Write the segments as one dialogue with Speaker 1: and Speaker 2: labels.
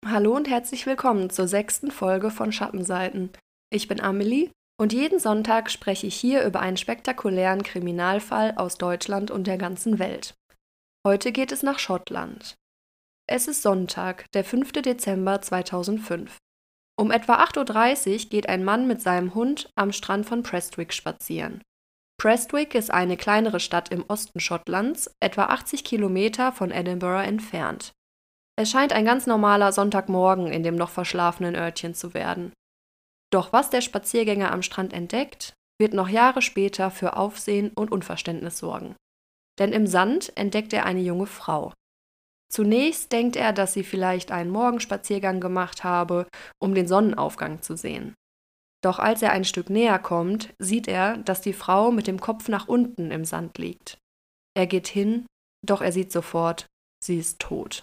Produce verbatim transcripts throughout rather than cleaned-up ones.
Speaker 1: Hallo und herzlich willkommen zur sechsten Folge von Schattenseiten. Ich bin Amelie und jeden Sonntag spreche ich hier über einen spektakulären Kriminalfall aus Deutschland und der ganzen Welt. Heute geht es nach Schottland. Es ist Sonntag, der fünfte Dezember zweitausendfünf. Um etwa acht Uhr dreißig geht ein Mann mit seinem Hund am Strand von Prestwick spazieren. Prestwick ist eine kleinere Stadt im Osten Schottlands, etwa achtzig Kilometer von Edinburgh entfernt. Es scheint ein ganz normaler Sonntagmorgen in dem noch verschlafenen Örtchen zu werden. Doch was der Spaziergänger am Strand entdeckt, wird noch Jahre später für Aufsehen und Unverständnis sorgen. Denn im Sand entdeckt er eine junge Frau. Zunächst denkt er, dass sie vielleicht einen Morgenspaziergang gemacht habe, um den Sonnenaufgang zu sehen. Doch als er ein Stück näher kommt, sieht er, dass die Frau mit dem Kopf nach unten im Sand liegt. Er geht hin, doch er sieht sofort, sie ist tot.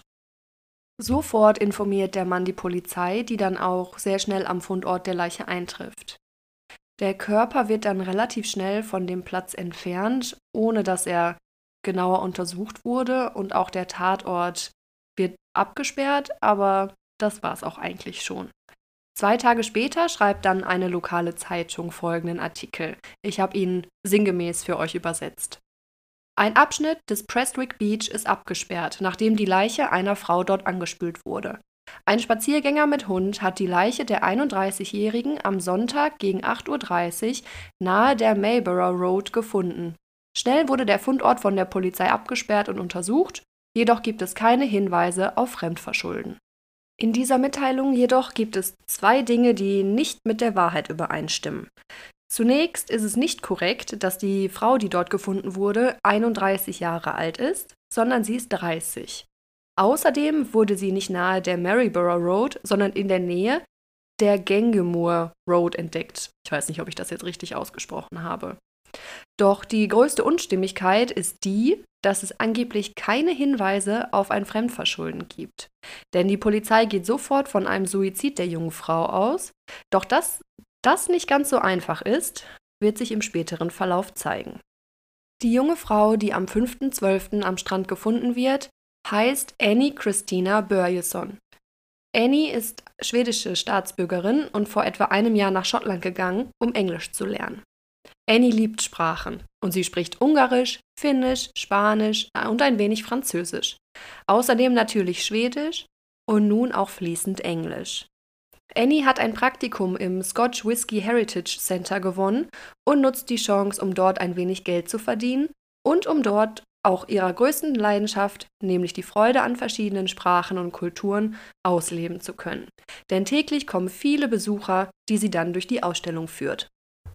Speaker 1: Sofort informiert der Mann die Polizei, die dann auch sehr schnell am Fundort der Leiche eintrifft. Der Körper wird dann relativ schnell von dem Platz entfernt, ohne dass er genauer untersucht wurde, und auch der Tatort wird abgesperrt, aber das war's auch eigentlich schon. Zwei Tage später schreibt dann eine lokale Zeitung folgenden Artikel. Ich habe ihn sinngemäß für euch übersetzt. Ein Abschnitt des Prestwick Beach ist abgesperrt, nachdem die Leiche einer Frau dort angespült wurde. Ein Spaziergänger mit Hund hat die Leiche der einunddreißigjährigen am Sonntag gegen acht Uhr dreißig nahe der Mayborough Road gefunden. Schnell wurde der Fundort von der Polizei abgesperrt und untersucht, jedoch gibt es keine Hinweise auf Fremdverschulden. In dieser Mitteilung jedoch gibt es zwei Dinge, die nicht mit der Wahrheit übereinstimmen. Zunächst ist es nicht korrekt, dass die Frau, die dort gefunden wurde, einunddreißig Jahre alt ist, sondern sie ist dreißig. Außerdem wurde sie nicht nahe der Maryborough Road, sondern in der Nähe der Gangamore Road entdeckt. Ich weiß nicht, ob ich das jetzt richtig ausgesprochen habe. Doch die größte Unstimmigkeit ist die, dass es angeblich keine Hinweise auf ein Fremdverschulden gibt. Denn die Polizei geht sofort von einem Suizid der jungen Frau aus, doch das das nicht ganz so einfach ist, wird sich im späteren Verlauf zeigen. Die junge Frau, die am fünften zwölften am Strand gefunden wird, heißt Annie Christina Börjesson. Annie ist schwedische Staatsbürgerin und vor etwa einem Jahr nach Schottland gegangen, um Englisch zu lernen. Annie liebt Sprachen und sie spricht Ungarisch, Finnisch, Spanisch und ein wenig Französisch. Außerdem natürlich Schwedisch und nun auch fließend Englisch. Annie hat ein Praktikum im Scotch Whisky Heritage Center gewonnen und nutzt die Chance, um dort ein wenig Geld zu verdienen und um dort auch ihrer größten Leidenschaft, nämlich die Freude an verschiedenen Sprachen und Kulturen, ausleben zu können. Denn täglich kommen viele Besucher, die sie dann durch die Ausstellung führt.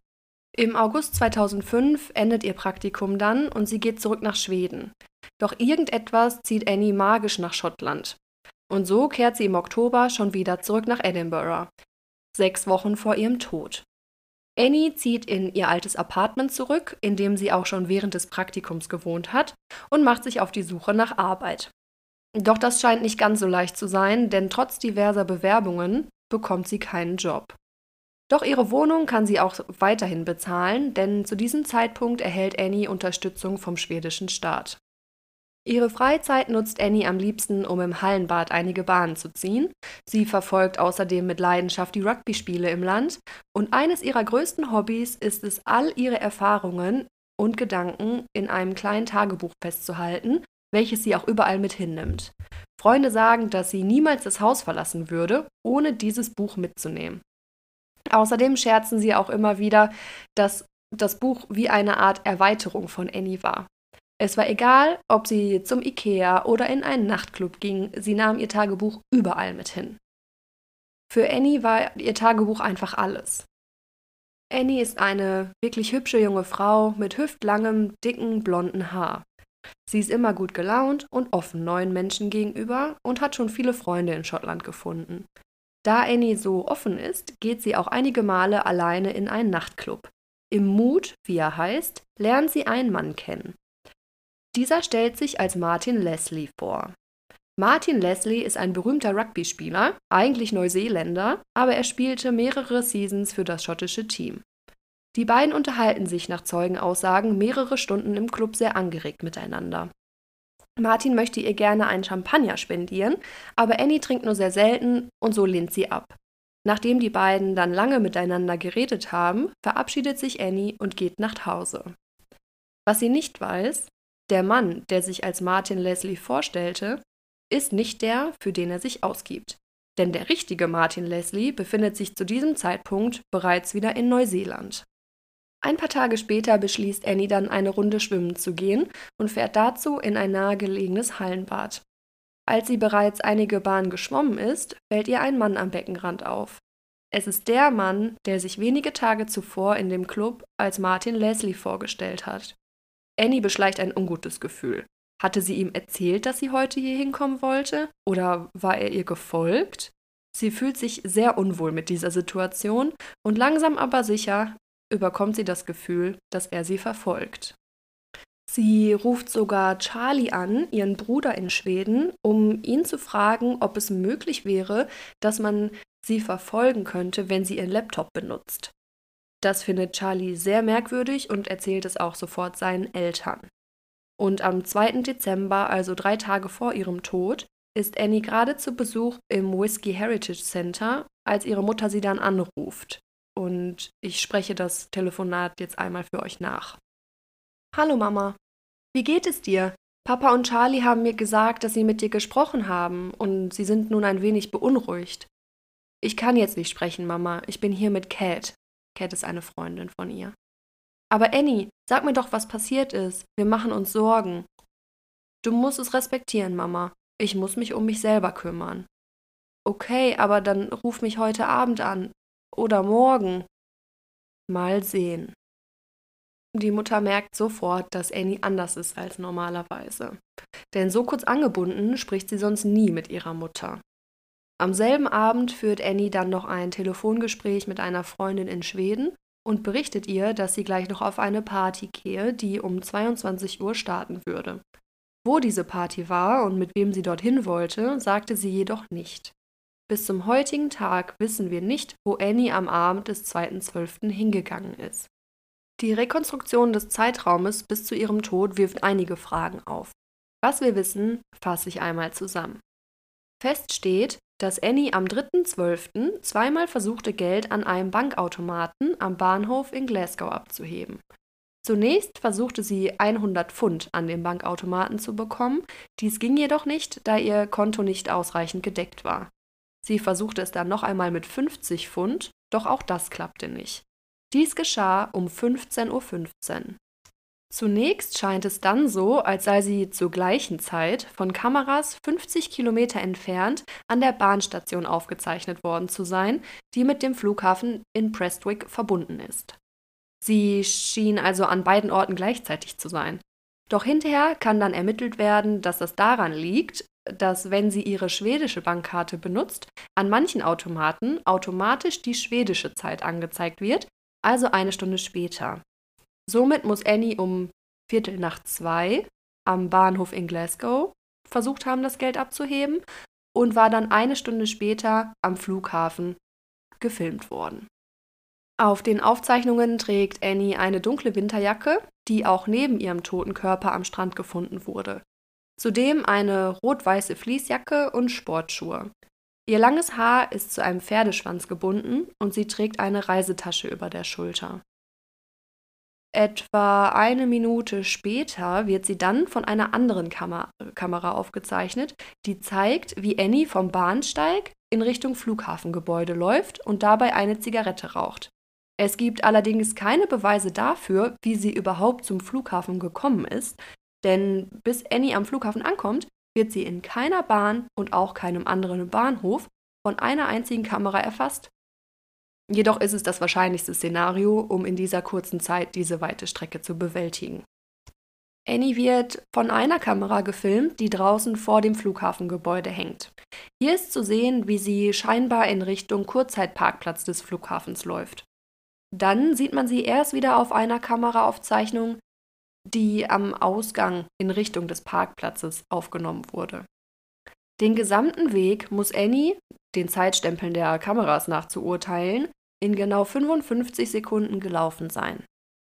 Speaker 1: Im August zweitausendfünf endet ihr Praktikum dann und sie geht zurück nach Schweden. Doch irgendetwas zieht Annie magisch nach Schottland. Und so kehrt sie im Oktober schon wieder zurück nach Edinburgh, sechs Wochen vor ihrem Tod. Annie zieht in ihr altes Apartment zurück, in dem sie auch schon während des Praktikums gewohnt hat, und macht sich auf die Suche nach Arbeit. Doch das scheint nicht ganz so leicht zu sein, denn trotz diverser Bewerbungen bekommt sie keinen Job. Doch ihre Wohnung kann sie auch weiterhin bezahlen, denn zu diesem Zeitpunkt erhält Annie Unterstützung vom schwedischen Staat. Ihre Freizeit nutzt Annie am liebsten, um im Hallenbad einige Bahnen zu ziehen. Sie verfolgt außerdem mit Leidenschaft die Rugby-Spiele im Land und eines ihrer größten Hobbys ist es, all ihre Erfahrungen und Gedanken in einem kleinen Tagebuch festzuhalten, welches sie auch überall mit hinnimmt. Freunde sagen, dass sie niemals das Haus verlassen würde, ohne dieses Buch mitzunehmen. Außerdem scherzen sie auch immer wieder, dass das Buch wie eine Art Erweiterung von Annie war. Es war egal, ob sie zum Ikea oder in einen Nachtclub ging, sie nahm ihr Tagebuch überall mit hin. Für Annie war ihr Tagebuch einfach alles. Annie ist eine wirklich hübsche junge Frau mit hüftlangem, dicken, blonden Haar. Sie ist immer gut gelaunt und offen neuen Menschen gegenüber und hat schon viele Freunde in Schottland gefunden. Da Annie so offen ist, geht sie auch einige Male alleine in einen Nachtclub. Im Mood, wie er heißt, lernt sie einen Mann kennen. Dieser stellt sich als Martin Leslie vor. Martin Leslie ist ein berühmter Rugby-Spieler, eigentlich Neuseeländer, aber er spielte mehrere Seasons für das schottische Team. Die beiden unterhalten sich nach Zeugenaussagen mehrere Stunden im Club sehr angeregt miteinander. Martin möchte ihr gerne einen Champagner spendieren, aber Annie trinkt nur sehr selten und so lehnt sie ab. Nachdem die beiden dann lange miteinander geredet haben, verabschiedet sich Annie und geht nach Hause. Was sie nicht weiß, der Mann, der sich als Martin Leslie vorstellte, ist nicht der, für den er sich ausgibt. Denn der richtige Martin Leslie befindet sich zu diesem Zeitpunkt bereits wieder in Neuseeland. Ein paar Tage später beschließt Annie dann, eine Runde schwimmen zu gehen und fährt dazu in ein nahegelegenes Hallenbad. Als sie bereits einige Bahnen geschwommen ist, fällt ihr ein Mann am Beckenrand auf. Es ist der Mann, der sich wenige Tage zuvor in dem Club als Martin Leslie vorgestellt hat. Annie beschleicht ein ungutes Gefühl. Hatte sie ihm erzählt, dass sie heute hier hinkommen wollte? Oder war er ihr gefolgt? Sie fühlt sich sehr unwohl mit dieser Situation und langsam aber sicher überkommt sie das Gefühl, dass er sie verfolgt. Sie ruft sogar Charlie an, ihren Bruder in Schweden, um ihn zu fragen, ob es möglich wäre, dass man sie verfolgen könnte, wenn sie ihren Laptop benutzt. Das findet Charlie sehr merkwürdig und erzählt es auch sofort seinen Eltern. Und am zweiten Dezember, also drei Tage vor ihrem Tod, ist Annie gerade zu Besuch im Whiskey Heritage Center, als ihre Mutter sie dann anruft. Und ich spreche das Telefonat jetzt einmal für euch nach. Hallo Mama, wie geht es dir? Papa und Charlie haben mir gesagt, dass sie mit dir gesprochen haben und sie sind nun ein wenig beunruhigt. Ich kann jetzt nicht sprechen, Mama, ich bin hier mit Cat. Cat ist eine Freundin von ihr. Aber Annie, sag mir doch, was passiert ist. Wir machen uns Sorgen. Du musst es respektieren, Mama. Ich muss mich um mich selber kümmern. Okay, aber dann ruf mich heute Abend an. Oder morgen. Mal sehen. Die Mutter merkt sofort, dass Annie anders ist als normalerweise. Denn so kurz angebunden spricht sie sonst nie mit ihrer Mutter. Am selben Abend führt Annie dann noch ein Telefongespräch mit einer Freundin in Schweden und berichtet ihr, dass sie gleich noch auf eine Party gehe, die um zweiundzwanzig Uhr starten würde. Wo diese Party war und mit wem sie dorthin wollte, sagte sie jedoch nicht. Bis zum heutigen Tag wissen wir nicht, wo Annie am Abend des zweiten zwölften hingegangen ist. Die Rekonstruktion des Zeitraumes bis zu ihrem Tod wirft einige Fragen auf. Was wir wissen, fasse ich einmal zusammen. Fest steht, dass Annie am dritten zwölften zweimal versuchte, Geld an einem Bankautomaten am Bahnhof in Glasgow abzuheben. Zunächst versuchte sie hundert Pfund an dem Bankautomaten zu bekommen, dies ging jedoch nicht, da ihr Konto nicht ausreichend gedeckt war. Sie versuchte es dann noch einmal mit fünfzig Pfund, doch auch das klappte nicht. Dies geschah um fünfzehn Uhr fünfzehn. Zunächst scheint es dann so, als sei sie zur gleichen Zeit von Kameras fünfzig Kilometer entfernt an der Bahnstation aufgezeichnet worden zu sein, die mit dem Flughafen in Prestwick verbunden ist. Sie schien also an beiden Orten gleichzeitig zu sein. Doch hinterher kann dann ermittelt werden, dass das daran liegt, dass, wenn sie ihre schwedische Bankkarte benutzt, an manchen Automaten automatisch die schwedische Zeit angezeigt wird, also eine Stunde später. Somit muss Annie um Viertel nach zwei am Bahnhof in Glasgow versucht haben, das Geld abzuheben und war dann eine Stunde später am Flughafen gefilmt worden. Auf den Aufzeichnungen trägt Annie eine dunkle Winterjacke, die auch neben ihrem toten Körper am Strand gefunden wurde. Zudem eine rot-weiße Fleecejacke und Sportschuhe. Ihr langes Haar ist zu einem Pferdeschwanz gebunden und sie trägt eine Reisetasche über der Schulter. Etwa eine Minute später wird sie dann von einer anderen Kam- Kamera aufgezeichnet, die zeigt, wie Annie vom Bahnsteig in Richtung Flughafengebäude läuft und dabei eine Zigarette raucht. Es gibt allerdings keine Beweise dafür, wie sie überhaupt zum Flughafen gekommen ist, denn bis Annie am Flughafen ankommt, wird sie in keiner Bahn und auch keinem anderen Bahnhof von einer einzigen Kamera erfasst. Jedoch ist es das wahrscheinlichste Szenario, um in dieser kurzen Zeit diese weite Strecke zu bewältigen. Annie wird von einer Kamera gefilmt, die draußen vor dem Flughafengebäude hängt. Hier ist zu sehen, wie sie scheinbar in Richtung Kurzzeitparkplatz des Flughafens läuft. Dann sieht man sie erst wieder auf einer Kameraaufzeichnung, die am Ausgang in Richtung des Parkplatzes aufgenommen wurde. Den gesamten Weg muss Annie, den Zeitstempeln der Kameras nach zu urteilen, in genau fünfundfünfzig Sekunden gelaufen sein.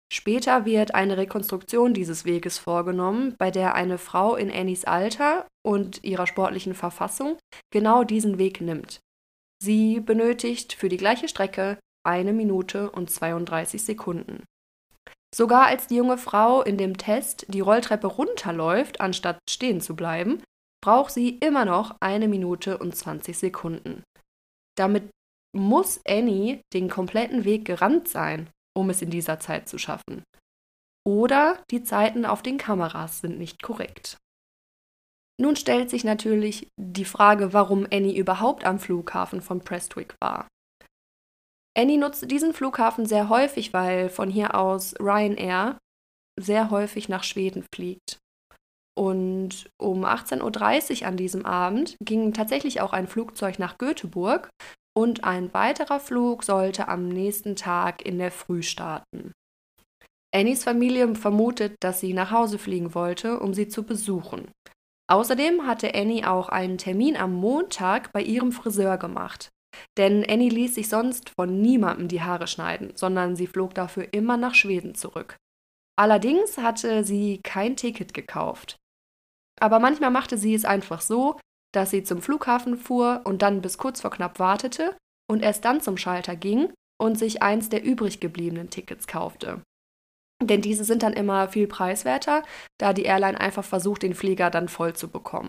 Speaker 1: Später wird eine Rekonstruktion dieses Weges vorgenommen, bei der eine Frau in Annies Alter und ihrer sportlichen Verfassung genau diesen Weg nimmt. Sie benötigt für die gleiche Strecke eine Minute und zweiunddreißig Sekunden. Sogar als die junge Frau in dem Test die Rolltreppe runterläuft, anstatt stehen zu bleiben, braucht sie immer noch eine Minute und zwanzig Sekunden. Damit muss Annie den kompletten Weg gerannt sein, um es in dieser Zeit zu schaffen. Oder die Zeiten auf den Kameras sind nicht korrekt. Nun stellt sich natürlich die Frage, warum Annie überhaupt am Flughafen von Prestwick war. Annie nutzte diesen Flughafen sehr häufig, weil von hier aus Ryanair sehr häufig nach Schweden fliegt. Und um achtzehn Uhr dreißig an diesem Abend ging tatsächlich auch ein Flugzeug nach Göteborg und ein weiterer Flug sollte am nächsten Tag in der Früh starten. Annies Familie vermutet, dass sie nach Hause fliegen wollte, um sie zu besuchen. Außerdem hatte Annie auch einen Termin am Montag bei ihrem Friseur gemacht. Denn Annie ließ sich sonst von niemandem die Haare schneiden, sondern sie flog dafür immer nach Schweden zurück. Allerdings hatte sie kein Ticket gekauft. Aber manchmal machte sie es einfach so, dass sie zum Flughafen fuhr und dann bis kurz vor knapp wartete und erst dann zum Schalter ging und sich eins der übrig gebliebenen Tickets kaufte. Denn diese sind dann immer viel preiswerter, da die Airline einfach versucht, den Flieger dann voll zu bekommen.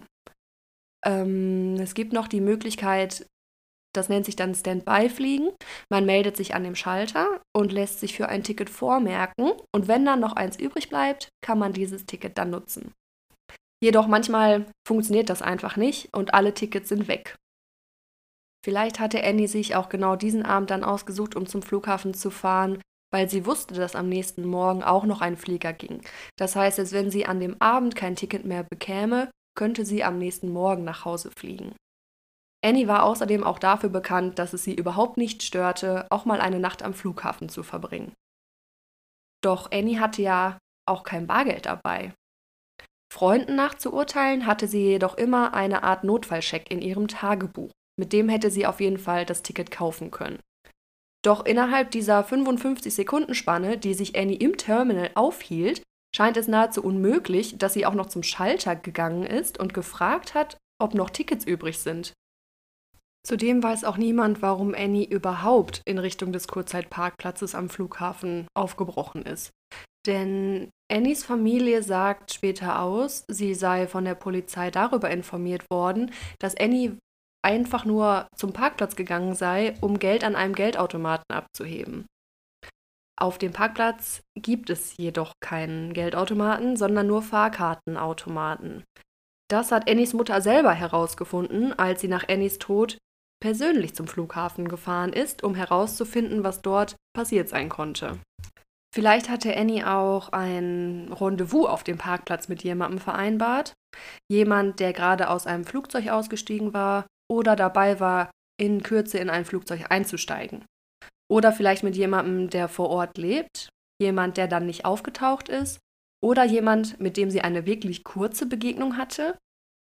Speaker 1: Ähm, es gibt noch die Möglichkeit, das nennt sich dann Standby-Fliegen. Man meldet sich an dem Schalter und lässt sich für ein Ticket vormerken. Und wenn dann noch eins übrig bleibt, kann man dieses Ticket dann nutzen. Jedoch manchmal funktioniert das einfach nicht und alle Tickets sind weg. Vielleicht hatte Annie sich auch genau diesen Abend dann ausgesucht, um zum Flughafen zu fahren, weil sie wusste, dass am nächsten Morgen auch noch ein Flieger ging. Das heißt, als wenn sie an dem Abend kein Ticket mehr bekäme, könnte sie am nächsten Morgen nach Hause fliegen. Annie war außerdem auch dafür bekannt, dass es sie überhaupt nicht störte, auch mal eine Nacht am Flughafen zu verbringen. Doch Annie hatte ja auch kein Bargeld dabei. Freunden nach zu urteilen, hatte sie jedoch immer eine Art Notfallscheck in ihrem Tagebuch. Mit dem hätte sie auf jeden Fall das Ticket kaufen können. Doch innerhalb dieser fünfundfünfzig Sekunden Spanne, die sich Annie im Terminal aufhielt, scheint es nahezu unmöglich, dass sie auch noch zum Schalter gegangen ist und gefragt hat, ob noch Tickets übrig sind. Zudem weiß auch niemand, warum Annie überhaupt in Richtung des Kurzzeitparkplatzes am Flughafen aufgebrochen ist. Denn Annies Familie sagt später aus, sie sei von der Polizei darüber informiert worden, dass Annie einfach nur zum Parkplatz gegangen sei, um Geld an einem Geldautomaten abzuheben. Auf dem Parkplatz gibt es jedoch keinen Geldautomaten, sondern nur Fahrkartenautomaten. Das hat Annies Mutter selber herausgefunden, als sie nach Annies Tod persönlich zum Flughafen gefahren ist, um herauszufinden, was dort passiert sein konnte. Vielleicht hatte Annie auch ein Rendezvous auf dem Parkplatz mit jemandem vereinbart. Jemand, der gerade aus einem Flugzeug ausgestiegen war oder dabei war, in Kürze in ein Flugzeug einzusteigen. Oder vielleicht mit jemandem, der vor Ort lebt, jemand, der dann nicht aufgetaucht ist, oder jemand, mit dem sie eine wirklich kurze Begegnung hatte.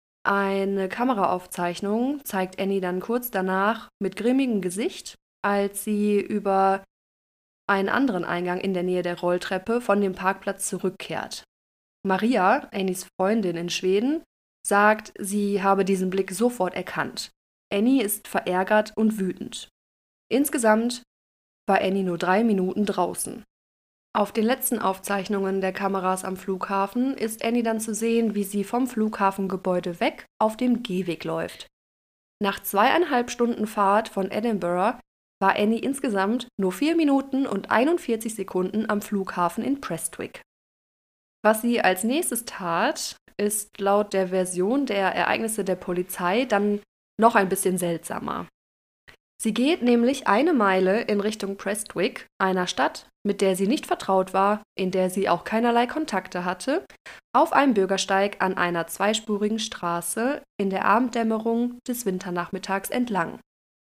Speaker 1: Eine Kameraaufzeichnung zeigt Annie dann kurz danach mit grimmigem Gesicht, als sie über einen anderen Eingang in der Nähe der Rolltreppe von dem Parkplatz zurückkehrt. Maria, Annies Freundin in Schweden, sagt, sie habe diesen Blick sofort erkannt. Annie ist verärgert und wütend. Insgesamt war Annie nur drei Minuten draußen. Auf den letzten Aufzeichnungen der Kameras am Flughafen ist Annie dann zu sehen, wie sie vom Flughafengebäude weg auf dem Gehweg läuft. Nach zweieinhalb Stunden Fahrt von Edinburgh war Annie insgesamt nur vier Minuten und einundvierzig Sekunden am Flughafen in Prestwick. Was sie als nächstes tat, ist laut der Version der Ereignisse der Polizei dann noch ein bisschen seltsamer. Sie geht nämlich eine Meile in Richtung Prestwick, einer Stadt, mit der sie nicht vertraut war, in der sie auch keinerlei Kontakte hatte, auf einem Bürgersteig an einer zweispurigen Straße in der Abenddämmerung des Winternachmittags entlang.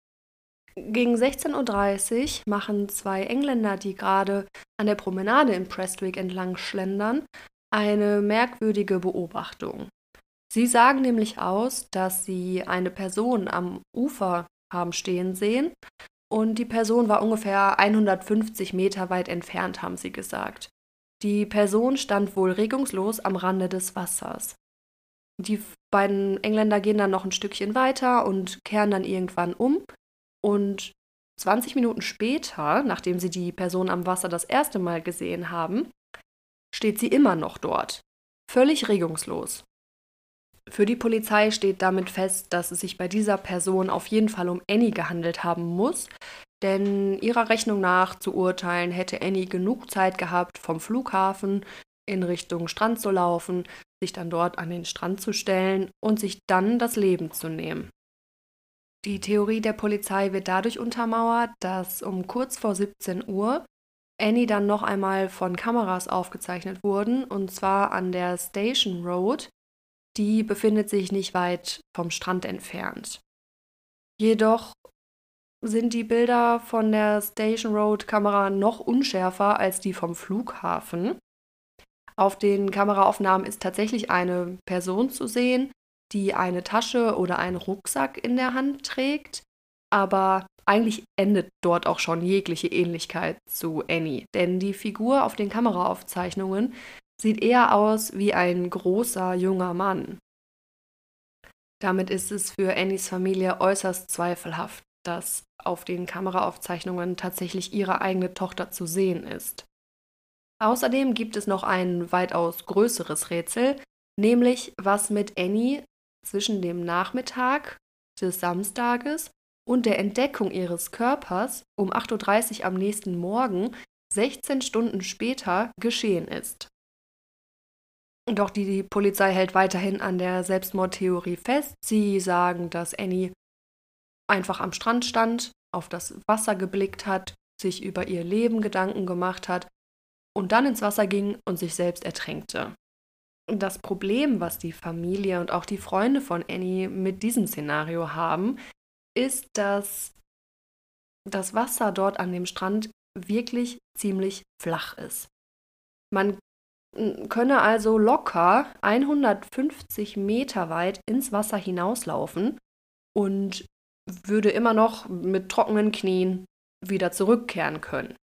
Speaker 1: Gegen sechzehn Uhr dreißig machen zwei Engländer, die gerade an der Promenade in Prestwick entlang schlendern, eine merkwürdige Beobachtung. Sie sagen nämlich aus, dass sie eine Person am Ufer haben stehen sehen und die Person war ungefähr hundertfünfzig Meter weit entfernt, haben sie gesagt. Die Person stand wohl regungslos am Rande des Wassers. Die beiden Engländer gehen dann noch ein Stückchen weiter und kehren dann irgendwann um. Und zwanzig Minuten später, nachdem sie die Person am Wasser das erste Mal gesehen haben, steht sie immer noch dort. Völlig regungslos. Für die Polizei steht damit fest, dass es sich bei dieser Person auf jeden Fall um Annie gehandelt haben muss, denn ihrer Rechnung nach zu urteilen hätte Annie genug Zeit gehabt, vom Flughafen in Richtung Strand zu laufen, sich dann dort an den Strand zu stellen und sich dann das Leben zu nehmen. Die Theorie der Polizei wird dadurch untermauert, dass um kurz vor siebzehn Uhr Annie dann noch einmal von Kameras aufgezeichnet wurden, und zwar an der Station Road. Die befindet sich nicht weit vom Strand entfernt. Jedoch sind die Bilder von der Station Road Kamera noch unschärfer als die vom Flughafen. Auf den Kameraaufnahmen ist tatsächlich eine Person zu sehen, die eine Tasche oder einen Rucksack in der Hand trägt, aber eigentlich endet dort auch schon jegliche Ähnlichkeit zu Annie, denn die Figur auf den Kameraaufzeichnungen sieht eher aus wie ein großer junger Mann. Damit ist es für Annies Familie äußerst zweifelhaft, dass auf den Kameraaufzeichnungen tatsächlich ihre eigene Tochter zu sehen ist. Außerdem gibt es noch ein weitaus größeres Rätsel, nämlich was mit Annie zwischen dem Nachmittag des Samstages und der Entdeckung ihres Körpers um acht Uhr dreißig am nächsten Morgen, sechzehn Stunden später, geschehen ist. Doch die, die Polizei hält weiterhin an der Selbstmordtheorie fest. Sie sagen, dass Annie einfach am Strand stand, auf das Wasser geblickt hat, sich über ihr Leben Gedanken gemacht hat und dann ins Wasser ging und sich selbst ertränkte. Das Problem, was die Familie und auch die Freunde von Annie mit diesem Szenario haben, ist, dass das Wasser dort an dem Strand wirklich ziemlich flach ist. Man könne also locker hundertfünfzig Meter weit ins Wasser hinauslaufen und würde immer noch mit trockenen Knien wieder zurückkehren können.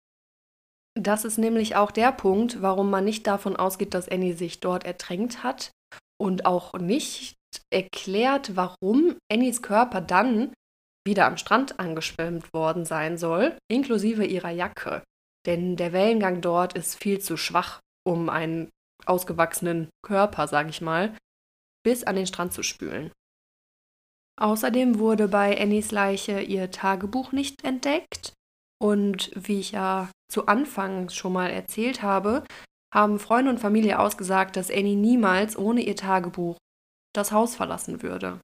Speaker 1: Das ist nämlich auch der Punkt, warum man nicht davon ausgeht, dass Annie sich dort ertränkt hat und auch nicht erklärt, warum Annies Körper dann wieder am Strand angeschwemmt worden sein soll, inklusive ihrer Jacke. Denn der Wellengang dort ist viel zu schwach, um einen ausgewachsenen Körper, sage ich mal, bis an den Strand zu spülen. Außerdem wurde bei Annies Leiche ihr Tagebuch nicht entdeckt. Und wie ich ja zu Anfang schon mal erzählt habe, haben Freunde und Familie ausgesagt, dass Annie niemals ohne ihr Tagebuch das Haus verlassen würde.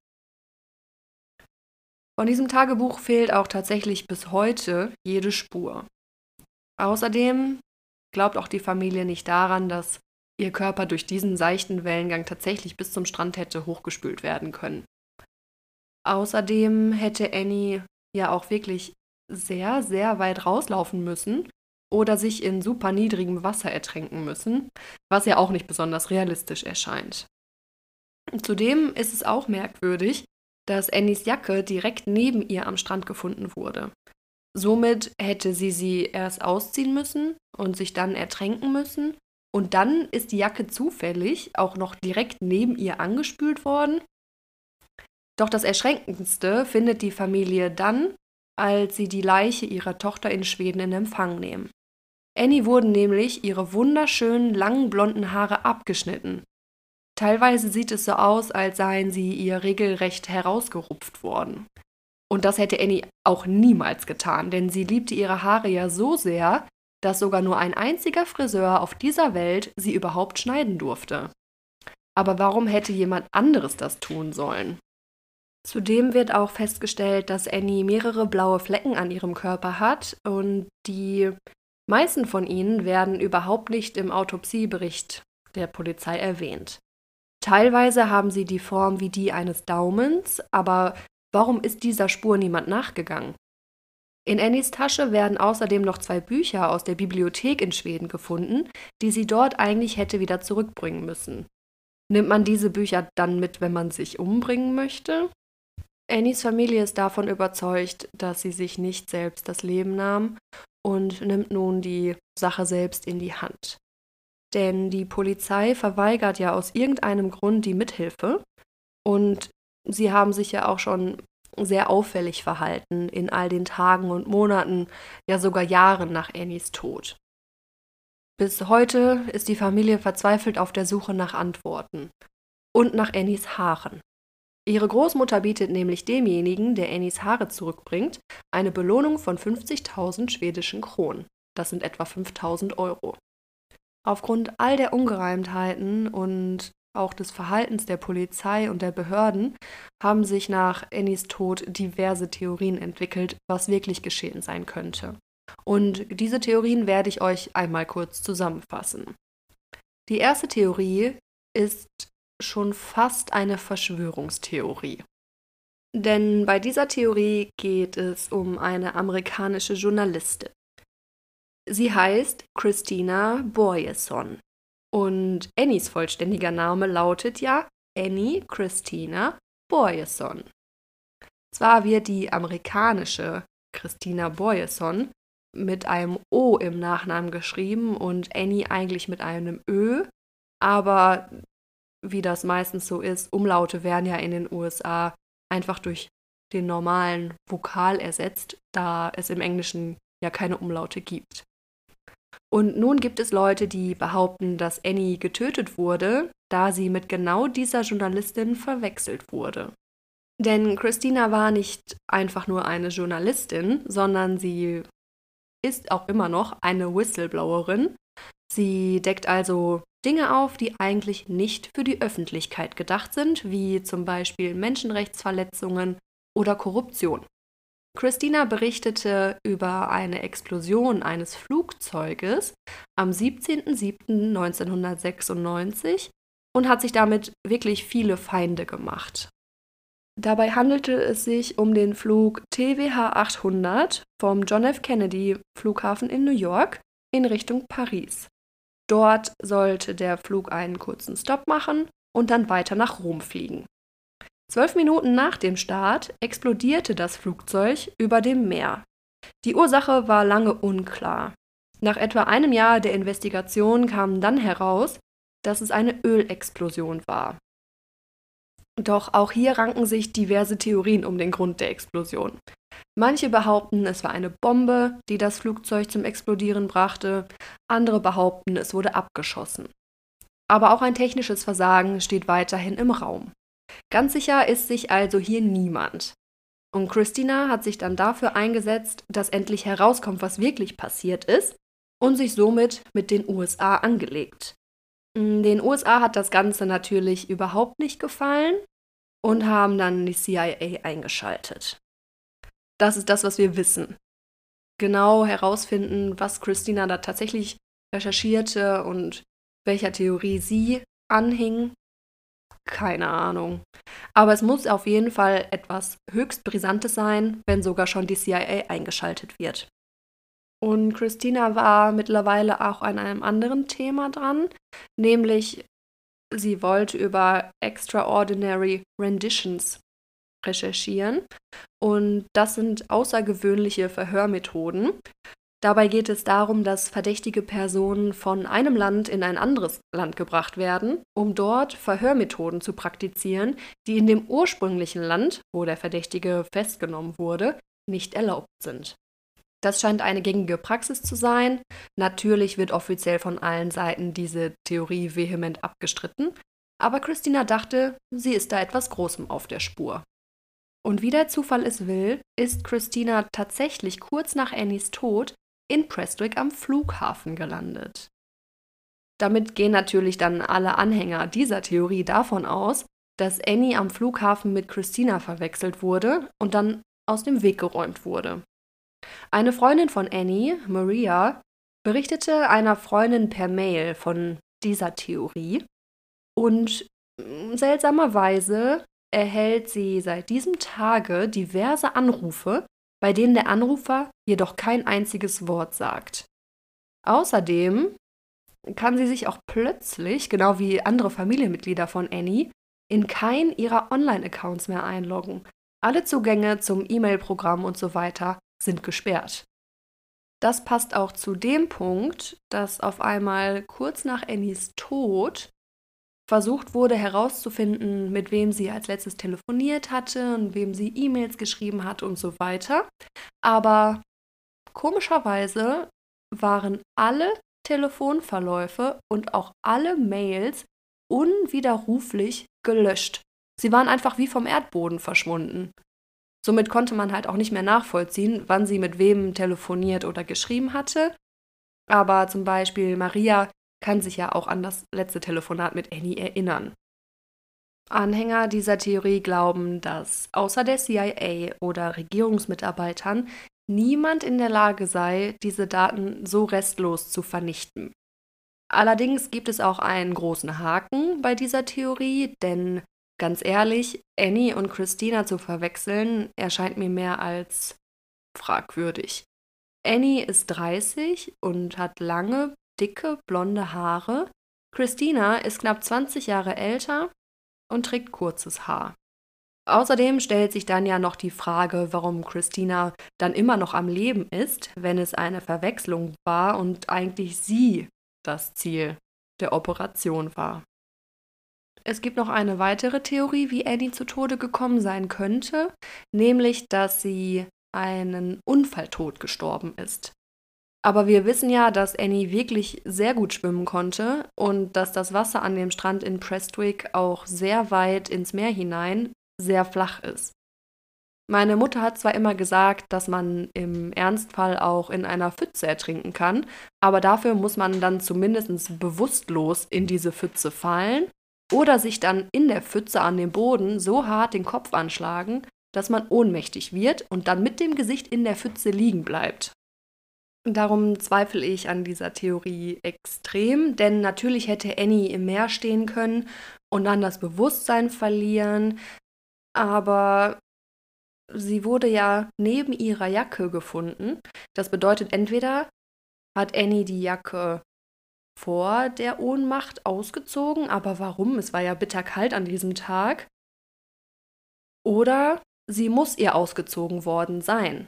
Speaker 1: Von diesem Tagebuch fehlt auch tatsächlich bis heute jede Spur. Außerdem glaubt auch die Familie nicht daran, dass ihr Körper durch diesen seichten Wellengang tatsächlich bis zum Strand hätte hochgespült werden können. Außerdem hätte Annie ja auch wirklich sehr, sehr weit rauslaufen müssen oder sich in super niedrigem Wasser ertränken müssen, was ja auch nicht besonders realistisch erscheint. Zudem ist es auch merkwürdig, dass Annies Jacke direkt neben ihr am Strand gefunden wurde. Somit hätte sie sie erst ausziehen müssen und sich dann ertränken müssen und dann ist die Jacke zufällig auch noch direkt neben ihr angespült worden. Doch das Erschreckendste findet die Familie dann, als sie die Leiche ihrer Tochter in Schweden in Empfang nehmen. Annie wurden nämlich ihre wunderschönen langen blonden Haare abgeschnitten. Teilweise sieht es so aus, als seien sie ihr regelrecht herausgerupft worden. Und das hätte Annie auch niemals getan, denn sie liebte ihre Haare ja so sehr, dass sogar nur ein einziger Friseur auf dieser Welt sie überhaupt schneiden durfte. Aber warum hätte jemand anderes das tun sollen? Zudem wird auch festgestellt, dass Annie mehrere blaue Flecken an ihrem Körper hat und die meisten von ihnen werden überhaupt nicht im Autopsiebericht der Polizei erwähnt. Teilweise haben sie die Form wie die eines Daumens, aber warum ist dieser Spur niemand nachgegangen? In Annies Tasche werden außerdem noch zwei Bücher aus der Bibliothek in Schweden gefunden, die sie dort eigentlich hätte wieder zurückbringen müssen. Nimmt man diese Bücher dann mit, wenn man sich umbringen möchte? Annies Familie ist davon überzeugt, dass sie sich nicht selbst das Leben nahm und nimmt nun die Sache selbst in die Hand. denn die Polizei verweigert ja aus irgendeinem Grund die Mithilfe und sie haben sich ja auch schon sehr auffällig verhalten in all den Tagen und Monaten, ja sogar Jahren nach Annies Tod. Bis heute ist die Familie verzweifelt auf der Suche nach Antworten und nach Annies Haaren. Ihre Großmutter bietet nämlich demjenigen, der Annies Haare zurückbringt, eine Belohnung von fünfzigtausend schwedischen Kronen. Das sind etwa fünftausend Euro. Aufgrund all der Ungereimtheiten und auch des Verhaltens der Polizei und der Behörden haben sich nach Annies Tod diverse Theorien entwickelt, was wirklich geschehen sein könnte. Und diese Theorien werde ich euch einmal kurz zusammenfassen. Die erste Theorie ist schon fast eine Verschwörungstheorie. Denn bei dieser Theorie geht es um eine amerikanische Journalistin. Sie heißt Christina Boyesson und Annies vollständiger Name lautet ja Annie Christina Boyesson. Zwar wird die amerikanische Christina Boyesson mit einem O im Nachnamen geschrieben und Annie eigentlich mit einem Ö, aber wie das meistens so ist, Umlaute werden ja in den U S A einfach durch den normalen Vokal ersetzt, da es im Englischen ja keine Umlaute gibt. Und nun gibt es Leute, die behaupten, dass Annie getötet wurde, da sie mit genau dieser Journalistin verwechselt wurde. Denn Christina war nicht einfach nur eine Journalistin, sondern sie ist auch immer noch eine Whistleblowerin. Sie deckt also Dinge auf, die eigentlich nicht für die Öffentlichkeit gedacht sind, wie zum Beispiel Menschenrechtsverletzungen oder Korruption. Christina berichtete über eine Explosion eines Flugzeuges am siebzehnten siebten neunzehnhundertsechsundneunzig und hat sich damit wirklich viele Feinde gemacht. Dabei handelte es sich um den Flug T W H achthundert vom John F. Kennedy Flughafen in New York in Richtung Paris. Dort sollte der Flug einen kurzen Stopp machen und dann weiter nach Rom fliegen. Zwölf Minuten nach dem Start explodierte das Flugzeug über dem Meer. Die Ursache war lange unklar. Nach etwa einem Jahr der Investigation kam dann heraus, dass es eine Ölexplosion war. Doch auch hier ranken sich diverse Theorien um den Grund der Explosion. Manche behaupten, es war eine Bombe, die das Flugzeug zum Explodieren brachte. Andere behaupten, es wurde abgeschossen. Aber auch ein technisches Versagen steht weiterhin im Raum. Ganz sicher ist sich also hier niemand. Und Christina hat sich dann dafür eingesetzt, dass endlich herauskommt, was wirklich passiert ist und sich somit mit den U S A angelegt. Den U S A hat das Ganze natürlich überhaupt nicht gefallen und haben dann die C I A eingeschaltet. Das ist das, was wir wissen. Genau herausfinden, was Christina da tatsächlich recherchierte und welcher Theorie sie anhing, keine Ahnung. Aber es muss auf jeden Fall etwas höchst Brisantes sein, wenn sogar schon die C I A eingeschaltet wird. Und Christina war mittlerweile auch an einem anderen Thema dran, nämlich sie wollte über Extraordinary Renditions recherchieren. Und das sind außergewöhnliche Verhörmethoden. Dabei geht es darum, dass verdächtige Personen von einem Land in ein anderes Land gebracht werden, um dort Verhörmethoden zu praktizieren, die in dem ursprünglichen Land, wo der Verdächtige festgenommen wurde, nicht erlaubt sind. Das scheint eine gängige Praxis zu sein. Natürlich wird offiziell von allen Seiten diese Theorie vehement abgestritten, aber Christina dachte, sie ist da etwas Großem auf der Spur. Und wie der Zufall es will, ist Christina tatsächlich kurz nach Annies Tod in Prestwick am Flughafen gelandet. Damit gehen natürlich dann alle Anhänger dieser Theorie davon aus, dass Annie am Flughafen mit Christina verwechselt wurde und dann aus dem Weg geräumt wurde. Eine Freundin von Annie, Maria, berichtete einer Freundin per Mail von dieser Theorie und seltsamerweise erhält sie seit diesem Tage diverse Anrufe, bei denen der Anrufer jedoch kein einziges Wort sagt. Außerdem kann sie sich auch plötzlich, genau wie andere Familienmitglieder von Annie, in keinen ihrer Online-Accounts mehr einloggen. Alle Zugänge zum E-Mail-Programm und so weiter sind gesperrt. Das passt auch zu dem Punkt, dass auf einmal kurz nach Annies Tod versucht wurde herauszufinden, mit wem sie als letztes telefoniert hatte und wem sie E-Mails geschrieben hat und so weiter. Aber komischerweise waren alle Telefonverläufe und auch alle Mails unwiderruflich gelöscht. Sie waren einfach wie vom Erdboden verschwunden. Somit konnte man halt auch nicht mehr nachvollziehen, wann sie mit wem telefoniert oder geschrieben hatte. Aber zum Beispiel Maria kann sich ja auch an das letzte Telefonat mit Annie erinnern. Anhänger dieser Theorie glauben, dass außer der C I A oder Regierungsmitarbeitern niemand in der Lage sei, diese Daten so restlos zu vernichten. Allerdings gibt es auch einen großen Haken bei dieser Theorie, denn ganz ehrlich, Annie und Christina zu verwechseln, erscheint mir mehr als fragwürdig. Annie ist dreißig und hat lange, dicke, blonde Haare. Christina ist knapp zwanzig Jahre älter und trägt kurzes Haar. Außerdem stellt sich dann ja noch die Frage, warum Christina dann immer noch am Leben ist, wenn es eine Verwechslung war und eigentlich sie das Ziel der Operation war. Es gibt noch eine weitere Theorie, wie Annie zu Tode gekommen sein könnte, nämlich, dass sie einen Unfalltod gestorben ist. Aber wir wissen ja, dass Annie wirklich sehr gut schwimmen konnte und dass das Wasser an dem Strand in Prestwick auch sehr weit ins Meer hinein sehr flach ist. Meine Mutter hat zwar immer gesagt, dass man im Ernstfall auch in einer Pfütze ertrinken kann, aber dafür muss man dann zumindest bewusstlos in diese Pfütze fallen oder sich dann in der Pfütze an dem Boden so hart den Kopf anschlagen, dass man ohnmächtig wird und dann mit dem Gesicht in der Pfütze liegen bleibt. Darum zweifle ich an dieser Theorie extrem, denn natürlich hätte Annie im Meer stehen können und dann das Bewusstsein verlieren, aber sie wurde ja neben ihrer Jacke gefunden. Das bedeutet, entweder hat Annie die Jacke vor der Ohnmacht ausgezogen, aber warum? Es war ja bitterkalt an diesem Tag. Oder sie muss ihr ausgezogen worden sein.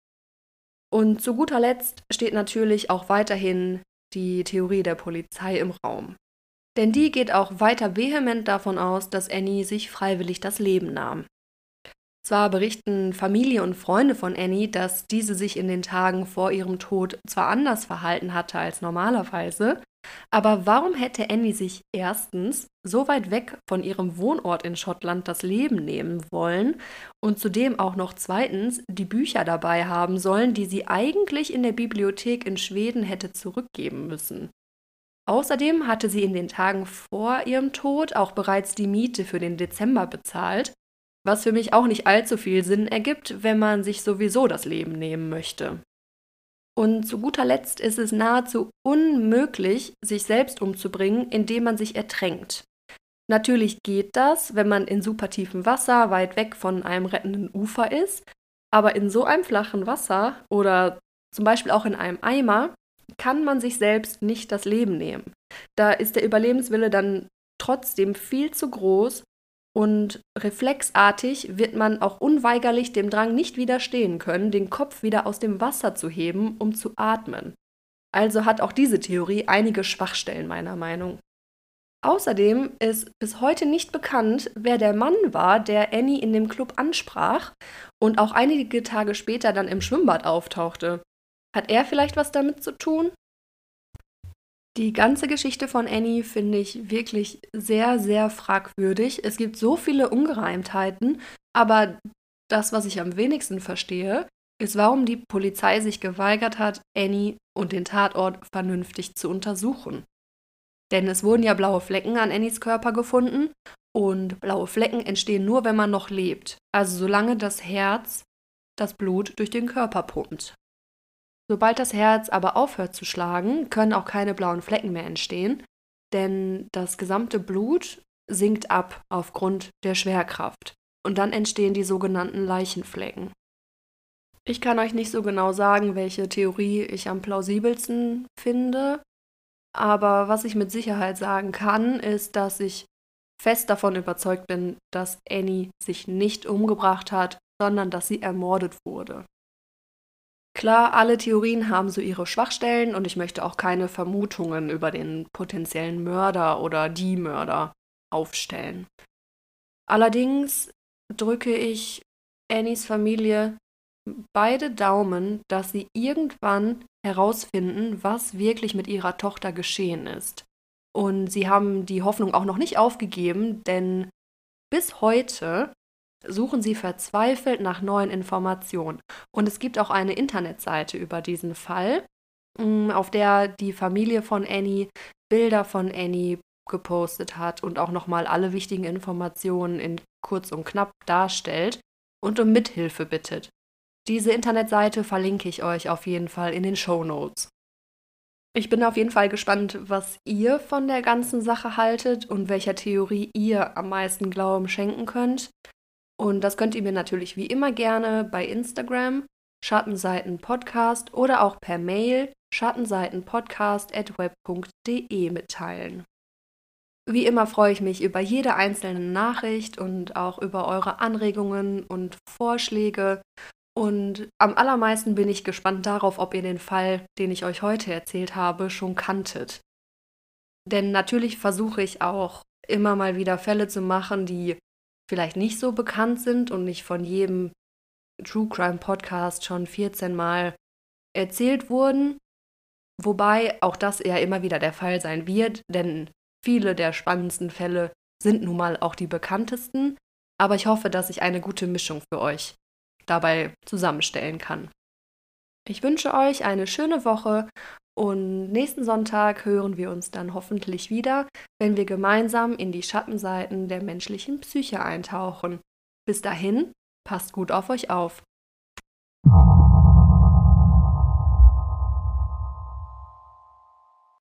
Speaker 1: Und zu guter Letzt steht natürlich auch weiterhin die Theorie der Polizei im Raum. Denn die geht auch weiter vehement davon aus, dass Annie sich freiwillig das Leben nahm. Zwar berichten Familie und Freunde von Annie, dass diese sich in den Tagen vor ihrem Tod zwar anders verhalten hatte als normalerweise, aber warum hätte Annie sich erstens so weit weg von ihrem Wohnort in Schottland das Leben nehmen wollen und zudem auch noch zweitens die Bücher dabei haben sollen, die sie eigentlich in der Bibliothek in Schweden hätte zurückgeben müssen? Außerdem hatte sie in den Tagen vor ihrem Tod auch bereits die Miete für den Dezember bezahlt, was für mich auch nicht allzu viel Sinn ergibt, wenn man sich sowieso das Leben nehmen möchte. Und zu guter Letzt ist es nahezu unmöglich, sich selbst umzubringen, indem man sich ertränkt. Natürlich geht das, wenn man in super tiefem Wasser weit weg von einem rettenden Ufer ist, aber in so einem flachen Wasser oder zum Beispiel auch in einem Eimer kann man sich selbst nicht das Leben nehmen. Da ist der Überlebenswille dann trotzdem viel zu groß und reflexartig wird man auch unweigerlich dem Drang nicht widerstehen können, den Kopf wieder aus dem Wasser zu heben, um zu atmen. Also hat auch diese Theorie einige Schwachstellen meiner Meinung. Außerdem ist bis heute nicht bekannt, wer der Mann war, der Annie in dem Club ansprach und auch einige Tage später dann im Schwimmbad auftauchte. Hat er vielleicht was damit zu tun? Die ganze Geschichte von Annie finde ich wirklich sehr, sehr fragwürdig. Es gibt so viele Ungereimtheiten, aber das, was ich am wenigsten verstehe, ist, warum die Polizei sich geweigert hat, Annie und den Tatort vernünftig zu untersuchen. Denn es wurden ja blaue Flecken an Annies Körper gefunden und blaue Flecken entstehen nur, wenn man noch lebt. Also solange das Herz das Blut durch den Körper pumpt. Sobald das Herz aber aufhört zu schlagen, können auch keine blauen Flecken mehr entstehen, denn das gesamte Blut sinkt ab aufgrund der Schwerkraft und dann entstehen die sogenannten Leichenflecken. Ich kann euch nicht so genau sagen, welche Theorie ich am plausibelsten finde, aber was ich mit Sicherheit sagen kann, ist, dass ich fest davon überzeugt bin, dass Annie sich nicht umgebracht hat, sondern dass sie ermordet wurde. Klar, alle Theorien haben so ihre Schwachstellen und ich möchte auch keine Vermutungen über den potenziellen Mörder oder die Mörder aufstellen. Allerdings drücke ich Annies Familie beide Daumen, dass sie irgendwann herausfinden, was wirklich mit ihrer Tochter geschehen ist. Und sie haben die Hoffnung auch noch nicht aufgegeben, denn bis heute suchen sie verzweifelt nach neuen Informationen. Und es gibt auch eine Internetseite über diesen Fall, auf der die Familie von Annie Bilder von Annie gepostet hat und auch nochmal alle wichtigen Informationen in kurz und knapp darstellt und um Mithilfe bittet. Diese Internetseite verlinke ich euch auf jeden Fall in den Shownotes. Ich bin auf jeden Fall gespannt, was ihr von der ganzen Sache haltet und welcher Theorie ihr am meisten Glauben schenken könnt. Und das könnt ihr mir natürlich wie immer gerne bei Instagram, Schattenseitenpodcast oder auch per Mail schattenseitenpodcast at web punkt de mitteilen. Wie immer freue ich mich über jede einzelne Nachricht und auch über eure Anregungen und Vorschläge. Und am allermeisten bin ich gespannt darauf, ob ihr den Fall, den ich euch heute erzählt habe, schon kanntet. Denn natürlich versuche ich auch immer mal wieder Fälle zu machen, die vielleicht nicht so bekannt sind und nicht von jedem True Crime Podcast schon vierzehn Mal erzählt wurden. Wobei auch das eher immer wieder der Fall sein wird, denn viele der spannendsten Fälle sind nun mal auch die bekanntesten. Aber ich hoffe, dass ich eine gute Mischung für euch dabei zusammenstellen kann. Ich wünsche euch eine schöne Woche und nächsten Sonntag hören wir uns dann hoffentlich wieder, wenn wir gemeinsam in die Schattenseiten der menschlichen Psyche eintauchen. Bis dahin, passt gut auf euch auf.